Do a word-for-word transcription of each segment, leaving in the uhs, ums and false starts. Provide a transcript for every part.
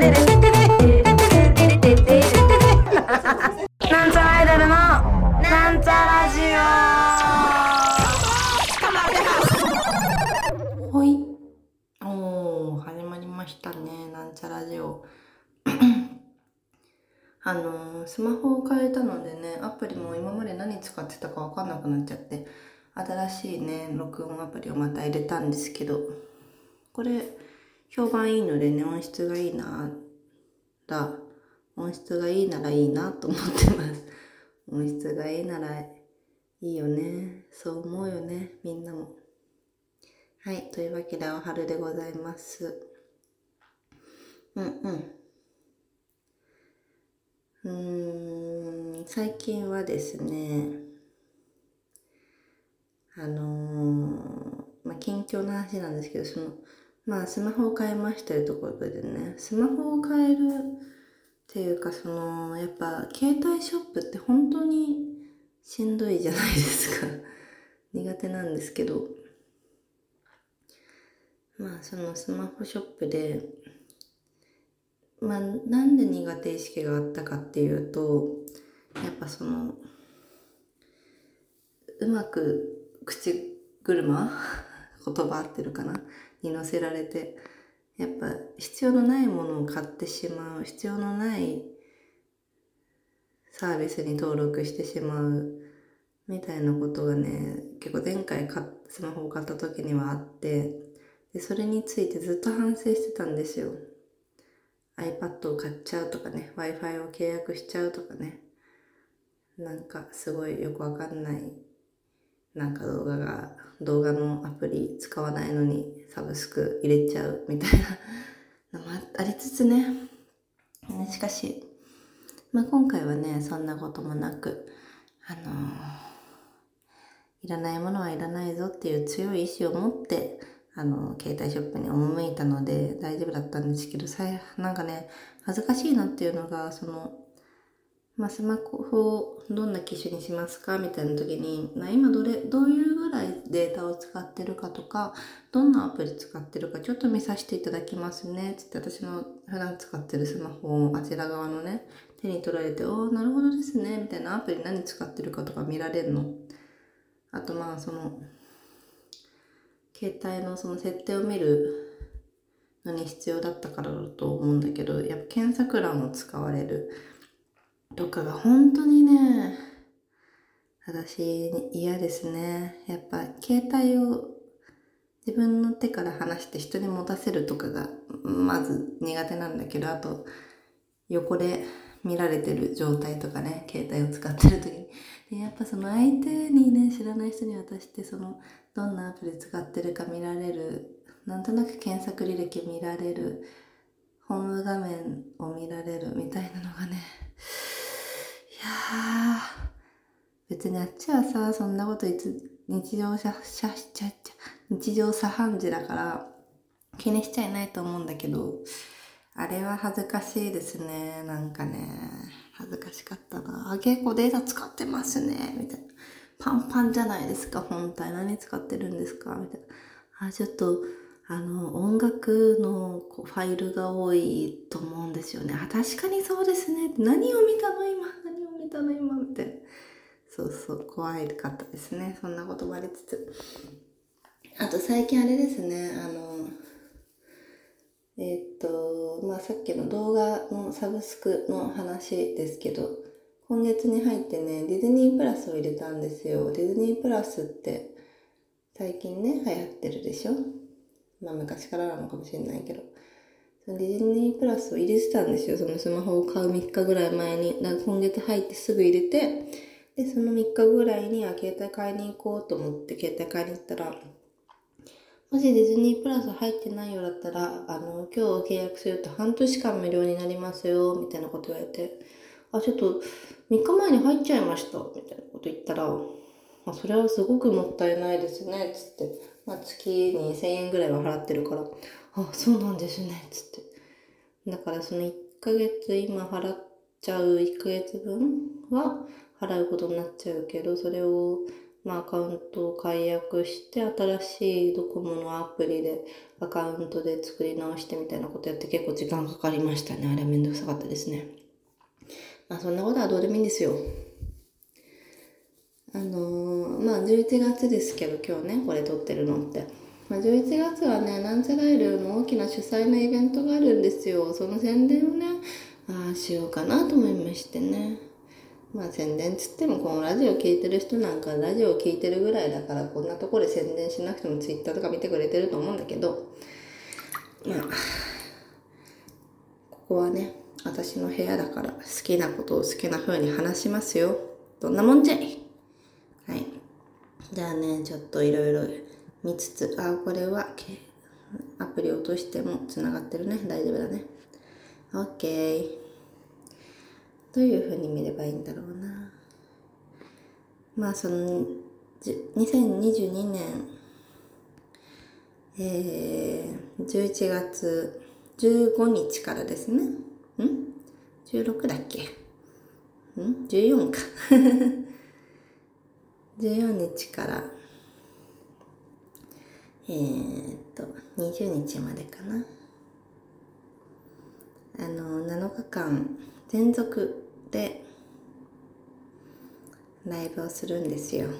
なんちゃらアイドルのなんちゃラジオ。ほい。おー、始まりましたね。なんちゃラジオ。あのー、スマホを変えたのでね、アプリも今まで何使ってたかわかんなくなっちゃって、新しいね、録音アプリをまた入れたんですけど、これ、評判いいのでね、音質がいいなら、音質がいいならいいなと思ってます。音質がいいならいいよね。そう思うよね、みんなも。はい、というわけで、おはるでございます。うんうん。うーん、最近はですね、あのー、まあ、近況の話なんですけど、その、まあ、スマホを変えましたというところでね、スマホを変えるっていうか、その、やっぱ、携帯ショップって本当にしんどいじゃないですか。苦手なんですけど、まあ、そのスマホショップで、まあ、なんで苦手意識があったかっていうと、やっぱその、うまく口車言葉合ってるかなに乗せられて、やっぱ必要のないものを買ってしまう、必要のないサービスに登録してしまうみたいなことがね、結構前回かスマホを買った時にはあって、でそれについてずっと反省してたんですよ。iPad を買っちゃうとかね、Wi-Fi を契約しちゃうとかね、なんかすごいよくわかんないなんか動画が、動画のアプリ使わないのにサブスク入れちゃうみたいなのもありつつね。しかし、まあ、今回はね、そんなこともなく、あのー、いらないものはいらないぞっていう強い意志を持って、あのー、携帯ショップに赴いたので大丈夫だったんですけど、さなんかね、恥ずかしいなっていうのが、その、まあ、スマホをどんな機種にしますかみたいな時に、まあ、今どれ、どういうぐらいデータを使ってるかとか、どんなアプリ使ってるかちょっと見させていただきますね。つって私の普段使ってるスマホをあちら側のね、手に取られて、おー、なるほどですね。みたいなアプリ何使ってるかとか見られるの。あとまあその、携帯のその設定を見るのに必要だったからだと思うんだけど、やっぱ検索欄を使われる。とかが本当にね、私嫌ですね。やっぱ携帯を自分の手から離して人に持たせるとかがまず苦手なんだけど、あと横で見られてる状態とかね、携帯を使ってる時に。でやっぱその相手にね、知らない人に渡してそのどんなアプリ使ってるか見られる、なんとなく検索履歴見られる、ホーム画面を見られるみたいなのがね、いやー、別にあっちはさ、そんなこといつ、日常しゃ、しゃ、しちゃ、日常茶飯事だから、気にしちゃいないと思うんだけど、あれは恥ずかしいですね。なんかね、恥ずかしかったな。あ、結構データ使ってますね。みたいな。パンパンじゃないですか、本体。何使ってるんですかみたいな。あ、ちょっと、あの、音楽のこうファイルが多いと思うんですよね。あ、確かにそうですね。何を見たの今。何を見たの今。みたいな。そうそう、怖いかったですね。そんなこともありつつ。あと最近あれですね、あの、えー、っと、まあさっきの動画のサブスクの話ですけど、今月に入ってね、ディズニープラスを入れたんですよ。ディズニープラスって最近ね、流行ってるでしょ。まあ昔からなのかもしれないけど。そのディズニープラスを入れてたんですよ。そのスマホを買うみっかぐらい前に。だから今月入ってすぐ入れて、で、そのみっかぐらいに、あ、携帯買いに行こうと思って携帯買いに行ったら、もしディズニープラス入ってないようだったら、あの、今日契約すると半年間無料になりますよ、みたいなこと言われて、あ、ちょっとみっかまえに入っちゃいました、みたいなこと言ったら、あ、それはすごくもったいないですね、つって。まあ、月にせんえんぐらいは払ってるから、あ、そうなんですね、つって。だからそのいっかげつ今払っちゃういっかげつぶんは払うことになっちゃうけど、それをまあ、アカウントを解約して新しいドコモのアプリでアカウントで作り直してみたいなことやって結構時間かかりましたね。あれめんどくさかったですね。まあそんなことはどうでもいいんですよ。あのー、まあじゅういちがつですけど今日ねこれ撮ってるのって、まあ、じゅういちがつはねなんちゃらいるの大きな主催のイベントがあるんですよ。その宣伝をねあしようかなと思いましてね。まあ宣伝つってもこのラジオ聞いてる人なんかラジオ聞いてるぐらいだからこんなところで宣伝しなくてもツイッターとか見てくれてると思うんだけど、まあここはね私の部屋だから好きなことを好きな風に話しますよ。どんなもんじゃい。はい。じゃあねちょっといろいろ見つつ、あこれはアプリ落としてもつながってるね。大丈夫だね。 OK。 どういう風に見ればいいんだろうな。まあそのにせんにじゅうにねん、えー、じゅういちがつじゅうごにちからですね。んじゅうろくだっけんじゅうよんかじゅうよっかからえー、っとにじゅうにちまでかな。あのなのかかん連続でライブをするんですよ。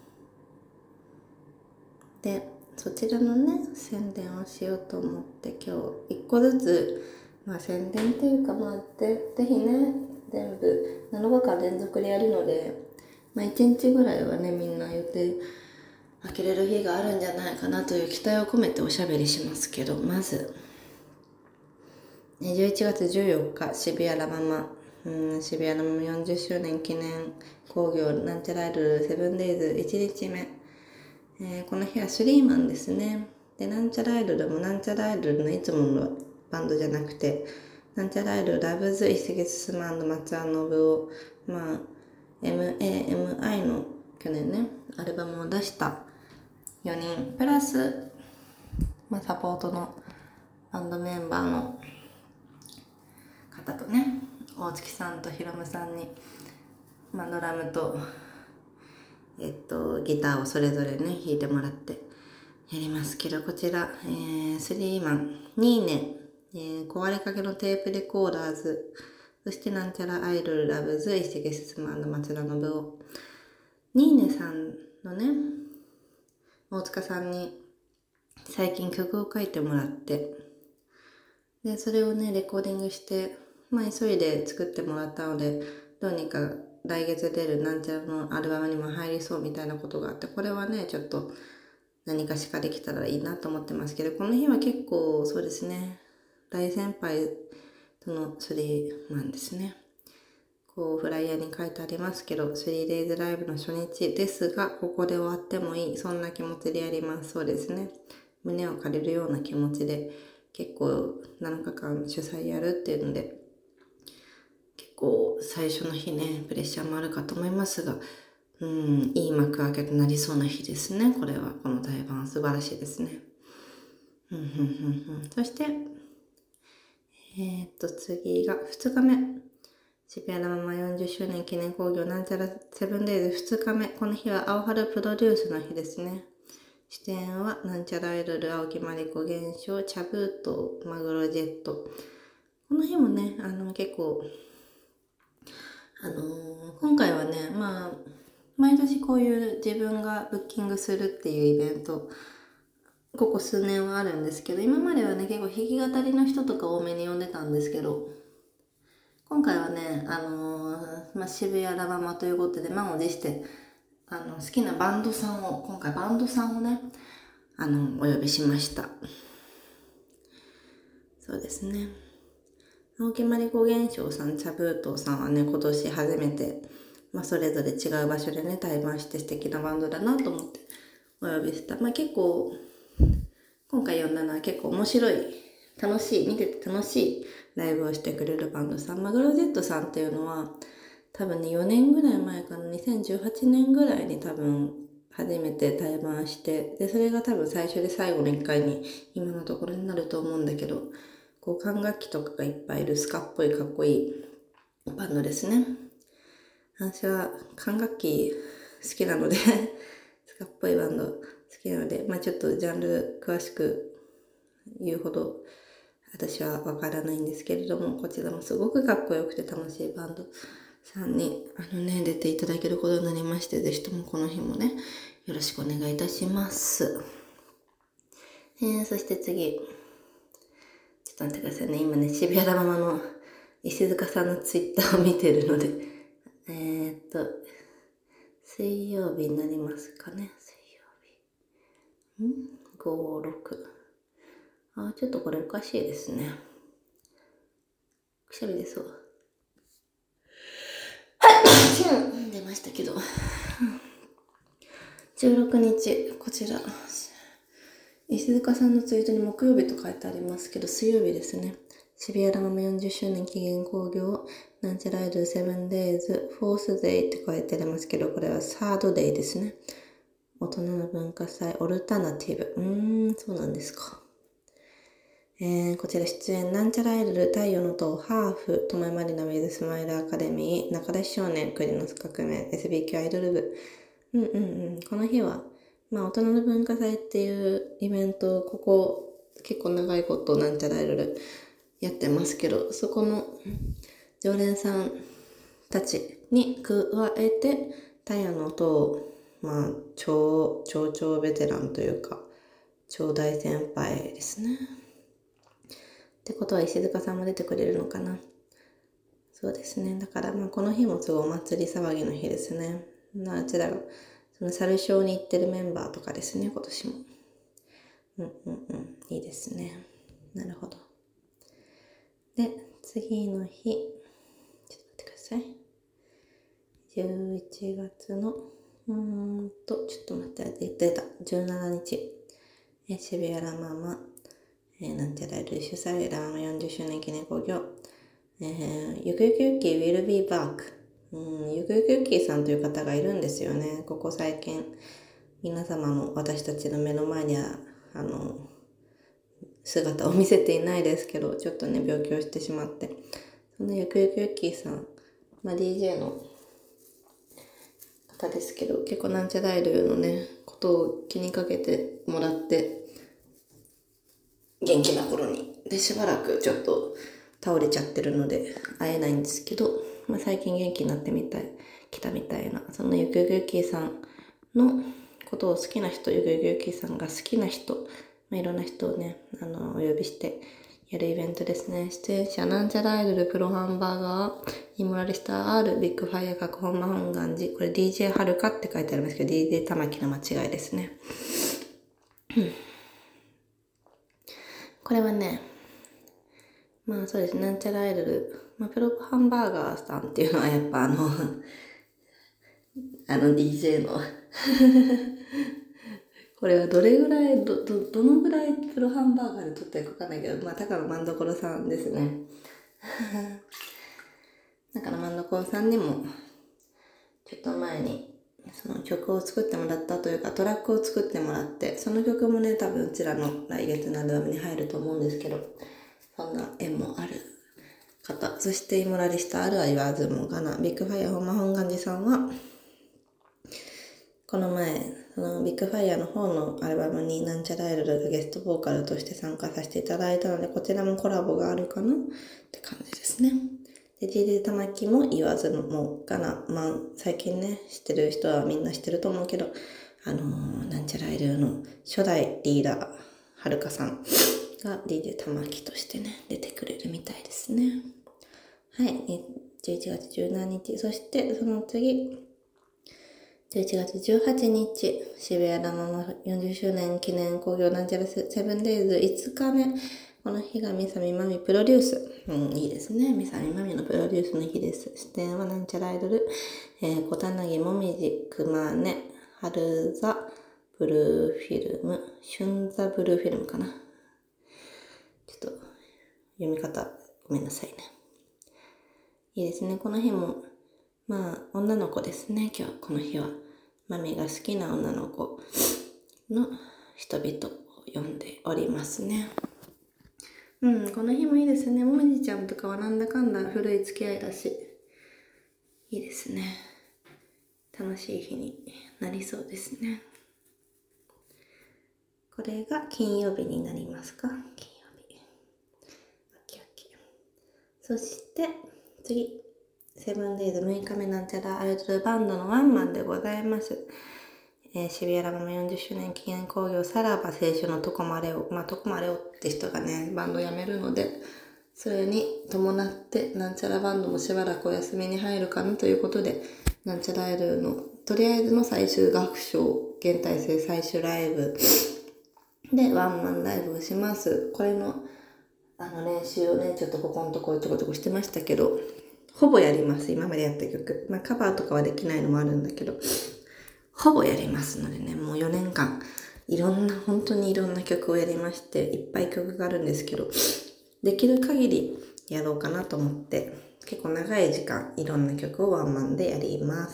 でそちらのね宣伝をしようと思って今日いっこずつ、まあ、宣伝というかまあぜぜひね全部なのかかん連続でやるので、まあ、いちにちぐらいはねみんな予定開けれる日があるんじゃないかなという期待を込めておしゃべりしますけど、まずじゅういちがつじゅうよっか渋谷ラママ、うん、渋谷ラママよんじゅっしゅうねん記念興行なんちゃらアイドルセブンデイズいちにちめ、えー、この日はスリーマンですね。でなんちゃらアイドルもなんちゃらアイドルのいつものバンドじゃなくてなんちゃらアイドルラブズ一石進まんの松尾信夫、まあ エムエーエムアイ の去年ねアルバムを出したよにんプラス、まあ、サポートのバンドメンバーの方とね大月さんとひろむさんに、まあ、ドラムと、えっと、ギターをそれぞれね弾いてもらってやりますけど、こちら、えー、スリーマンニーネ、えー、壊れかけのテープレコーダーズ、そしてなんちゃらアイドルラブズ一石進まんの松田信夫。ニーネさんのね大塚さんに最近曲を書いてもらって、でそれをねレコーディングして、まあ急いで作ってもらったのでどうにか来月出るなんちゃらのアルバムにも入りそうみたいなことがあって、これはねちょっと何かしかできたらいいなと思ってますけど、この日は結構そうですね大先輩とのスリーマンですね。こうフライヤーに書いてありますけど スリーデイズ ライブの初日ですがここで終わってもいい、そんな気持ちでやります。そうですね、胸を借りるような気持ちで結構なのかかん主催やるっていうので結構最初の日ねプレッシャーもあるかと思いますが、うん、いい幕開けとなりそうな日ですね。これはこの対バン素晴らしいですね。うんうんうんうん、そしてえー、っと次がふつかめ渋谷のままよんじゅっしゅうねん記念興行なんちゃらセブンデイズふつかめ、この日は青春プロデュースの日ですね。出演はなんちゃらアイドル青木まりこ現象チャブートマグロジェット。この日もねあの結構あのー、今回はねまあ毎年こういう自分がブッキングするっていうイベントここ数年はあるんですけど、今まではね結構弾き語りの人とか多めに呼んでたんですけど、今回はねあのー、まあ、渋谷ラママということで満を持してあの好きなバンドさんを今回バンドさんをねあのお呼びしました。そうですね、青木まりこ現象さん、チャブートーさんはね今年初めて、まあ、それぞれ違う場所でね対バンして素敵なバンドだなと思ってお呼びした。まあ結構今回呼んだのは結構面白い楽しい見てて楽しいライブをしてくれるバンドさん、マグロジェットさんっていうのは多分ねよねんぐらい前かな、にせんじゅうはちねんぐらいに多分初めて対バンして、でそれが多分最初で最後のいっかいに今のところになると思うんだけど、こう管楽器とかがいっぱいいるスカっぽいかっこいいバンドですね。私は管楽器好きなのでスカっぽいバンド好きなので、まあちょっとジャンル詳しく言うほど私はわからないんですけれども、こちらもすごくかっこよくて楽しいバンドさんに、あのね、出ていただけることになりまして、ぜひともこの日もね、よろしくお願いいたします。えー、そして次。ちょっと待ってくださいね。今ね、渋谷ラママの石塚さんのツイッターを見てるので、えーっと、水曜日になりますかね。水曜日。ん ?ご、ろく。あ、ちょっとこれおかしいですね。くしゃみ出そう。出ましたけど。じゅうろくにち、こちら。石塚さんのツイートに木曜日と書いてありますけど、水曜日ですね。渋谷ラママよんじゅっしゅうねん記念興行、なんちゃらアイドルセブンデイズ、フォースデイって書いてありますけど、これはサードデイですね。大人の文化祭、オルタナティブ。うーん、そうなんですか。えー、こちら出演、なんちゃらアイドル、太陽の塔、ハーフ、ともえまりなウィズスマイルアカデミー、中田少年、クリノス革命、エスビー 級アイドル部。うんうんうん。この日は、まあ、大人の文化祭っていうイベントを、ここ、結構長いことなんちゃらアイドルやってますけど、そこの常連さんたちに加えて、太陽の塔を、まあ、超、超超ベテランというか、超大先輩ですね。ってことは石塚さんも出てくれるのかな。そうですね。だからまあこの日もすごいお祭り騒ぎの日ですね。あちらが、そのサルショーに行ってるメンバーとかですね、今年も。うんうんうん。いいですね。なるほど。で、次の日。ちょっと待ってください。じゅういちがつの、うーんと、ちょっと待って、出た。じゅうしちにち。え渋谷ラママ。えー、なんちゃらいる主催ラママよんじゅっしゅうねん記念興行。えー、ゆくゆくゆき will be back。うん、ゆくゆくゆきさんという方がいるんですよね。ここ最近、皆様の私たちの目の前には、あの、姿を見せていないですけど、ちょっとね、病気をしてしまって。そのゆくゆくゆきさん、まあ、ディージェー の方ですけど、結構なんちゃらアイドルのね、ことを気にかけてもらって、元気な頃に。で、しばらくちょっと倒れちゃってるので会えないんですけど、まあ、最近元気になってみたい、来たみたいな、そのゆくゆくゆきさんのことを好きな人、ゆくゆくゆきさんが好きな人、まあ、いろんな人をね、あの、お呼びしてやるイベントですね。出演者、なんちゃらアイドル、プロハンバーガー、イモラリスター R、ビッグファイア、各本間本願寺、これ ディージェー はるかって書いてありますけど、ディージェー 玉木の間違いですね。これはね、まあそうです。なんちゃらアイドル。まあプロハンバーガーさんっていうのはやっぱあの、あの ディージェー のこれはどれぐらい、ど、ど、どのぐらいプロハンバーガーで撮ったかわかんないけど、まあ高野万所さんですね。高野万所さんにも、ちょっと前に、その曲を作ってもらったというか、トラックを作ってもらって、その曲もね、多分うちらの来月のアルバムに入ると思うんですけど、そんな縁もある方。そして、イモラリスター R は言わずもがな。ビッグファイヤー本間本願寺さんは、この前、そのビッグファイヤーの方のアルバムになんちゃらアイドルがゲストボーカルとして参加させていただいたので、こちらもコラボがあるかなって感じですね。で、ディージェー 玉木も言わずもがな。まあ、最近ね、知ってる人はみんな知ってると思うけど、あのー、なんちゃらアイドルの初代リーダー、はるかさんが ディージェー 玉木としてね、出てくれるみたいですね。はい、じゅういちがつじゅうしちにち、そしてその次、じゅういちがつじゅうはちにち、渋谷ラママよんじゅっしゅうねん記念興行なんちゃらセブンデイズいつかめ。この日がみさみまみプロデュース。うん、いいですね。みさみまみのプロデュースの日です。出演はなんちゃらアイドル、えー、小柳もみじ、くまね、はるざ、ブルーフィルム、しゅんざブルーフィルムかな。ちょっと、読み方、ごめんなさいね。いいですね。この日も、まあ、女の子ですね。今日、この日は。マミが好きな女の子の人々を呼んでおりますね。うん、この日もいいですね。もみじちゃんとかはなんだかんだ古い付き合いだし、いいですね。楽しい日になりそうですね。 これが金曜日になりますか。金曜日。オッケーオッケー。そして次、セブンデイズむいかめなんちゃらアイドルバンドのワンマンでございます。えー、渋谷ラママよんじゅっしゅうねん記念興行さらば青春のとこまれを、まあとこまれをって人がね、バンド辞めるので、それに伴ってなんちゃらバンドもしばらくお休みに入るかなということで、なんちゃらアイドルのとりあえずの最終楽章、現体制最終ライブでワンマンライブをします。これのあの練習をね、ちょっとここのところちょこちょこしてましたけど、ほぼやります。今までやった曲。まあカバーとかはできないのもあるんだけど、ほぼやりますのでね、もうよねんかん、いろんな、本当にいろんな曲をやりまして、いっぱい曲があるんですけど、できる限りやろうかなと思って、結構長い時間、いろんな曲をワンマンでやります。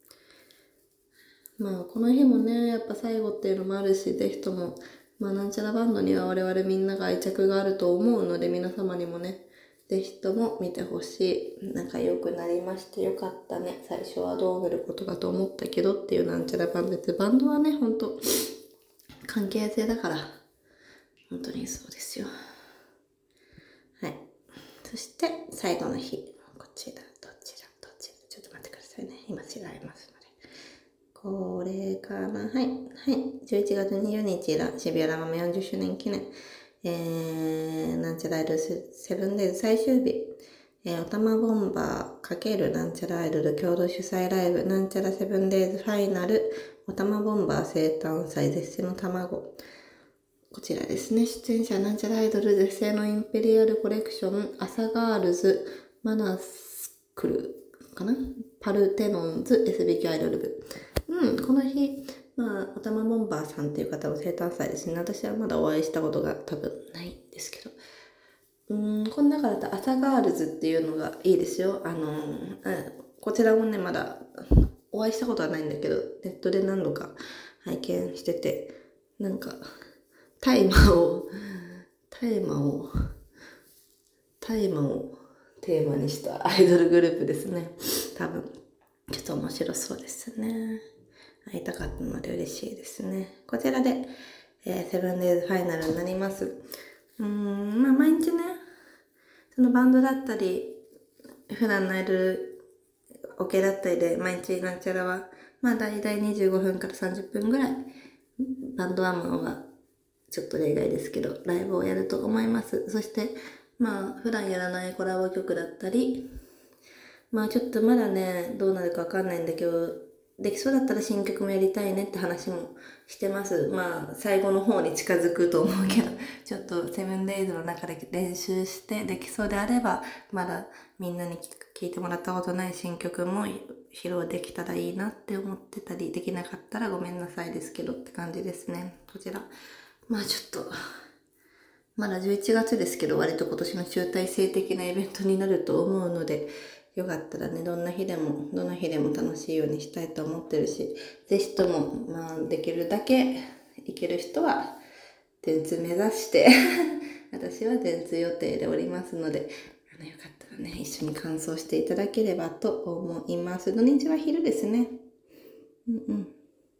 まあ、この日もね、やっぱ最後っていうのもあるし、ぜひとも、まあ、なんちゃらバンドには我々みんなが愛着があると思うので、皆様にもね、ぜひとも見てほしい。仲良くなりましてよかったね。最初はどうなることかと思ったけどっていうなんちゃらバンドで、バンドはね、ほんと、関係性だから、本当にそうですよ。はい。そして、最後の日。こちら、どちら、どちら。ちょっと待ってくださいね。今違いますので。これかな。はい。はい。じゅういちがつにじゅうにち、渋谷ラママよんじゅっしゅうねん記念。えー、なんちゃらアイドルセブンデイズ最終日。えー、おたまボンバー×なんちゃらアイドル共同主催ライブ。なんちゃらセブンデイズファイナル。おたまボンバー生誕祭絶世の卵。こちらですね。出演者なんちゃらアイドル絶世のインペリアルコレクション、アサガールズ、マナスクルかな、パルテノンズ、エスビーキュー アイドル部。うん、この日、まあ、おたまボンバーさんっていう方は生誕祭ですね。私はまだお会いしたことが多分ないんですけど。うん、この中だとアサガールズっていうのがいいですよ。あの、うん、こちらもね、まだお会いしたことはないんだけど、ネットで何度か拝見してて、なんか、大麻を、大麻を、大麻をテーマにしたアイドルグループですね。多分、ちょっと面白そうですね。会いたかったので嬉しいですね。こちらで、えー、セブンデイズファイナルになります。うーん、まあ毎日ね、そのバンドだったり、普段のアイドルオケだったりで、毎日なんちゃらは、まあ大体にじゅうごふんからさんじゅっぷんぐらい、バンドワンマンはちょっと例外ですけど、ライブをやると思います。そして、まあ、普段やらないコラボ曲だったり、まあちょっとまだね、どうなるかわかんないんだけど、できそうだったら新曲もやりたいねって話もしてます。まあ、最後の方に近づくと思うけど、ちょっとセブンデイズの中で練習してできそうであれば、まだみんなに聴いてもらったことない新曲も披露できたらいいなって思ってたり、できなかったらごめんなさいですけどって感じですね。こちら。まあちょっと、まだじゅういちがつですけど、割と今年の集大成的なイベントになると思うので、よかったらね、どんな日でも、どの日でも楽しいようにしたいと思ってるし、ぜひとも、まあ、できるだけ行ける人は、電通目指して私は電通予定でおりますので、あの、よかったらね、一緒に感想していただければと思います。土日は昼ですね。うんうん。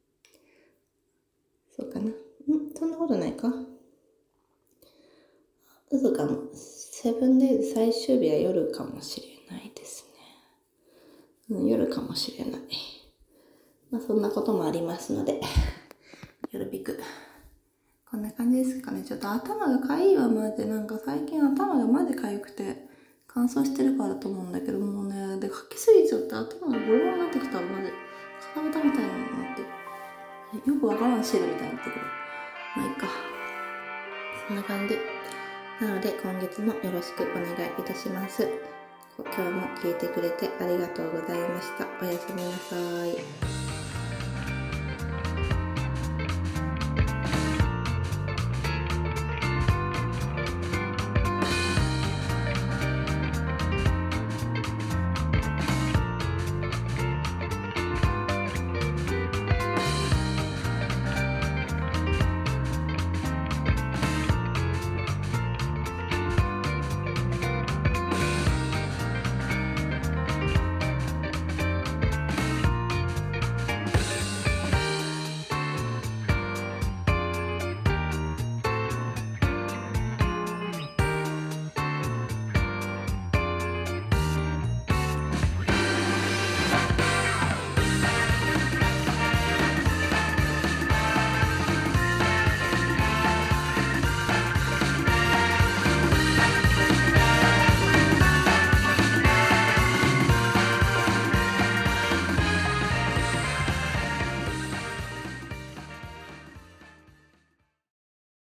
そうかな。んそんなことないか。嘘かも。セブンデイズ最終日は夜かもしれないですね。うん、夜かもしれない。まあそんなこともありますので、夜ビク。こんな感じですかね。ちょっと頭がかゆいわ、マジで。なんか最近頭がマジかゆくて、乾燥してるからだと思うんだけど、もうね、で、かきすぎちゃって頭がボロボロになってきたらマジ、体豚みたいなのになって、よくわからん汁みたいになってくる。まあいいか。そんな感じ。なので今月もよろしくお願いいたします。今日も聞いてくれてありがとうございました。おやすみなさい。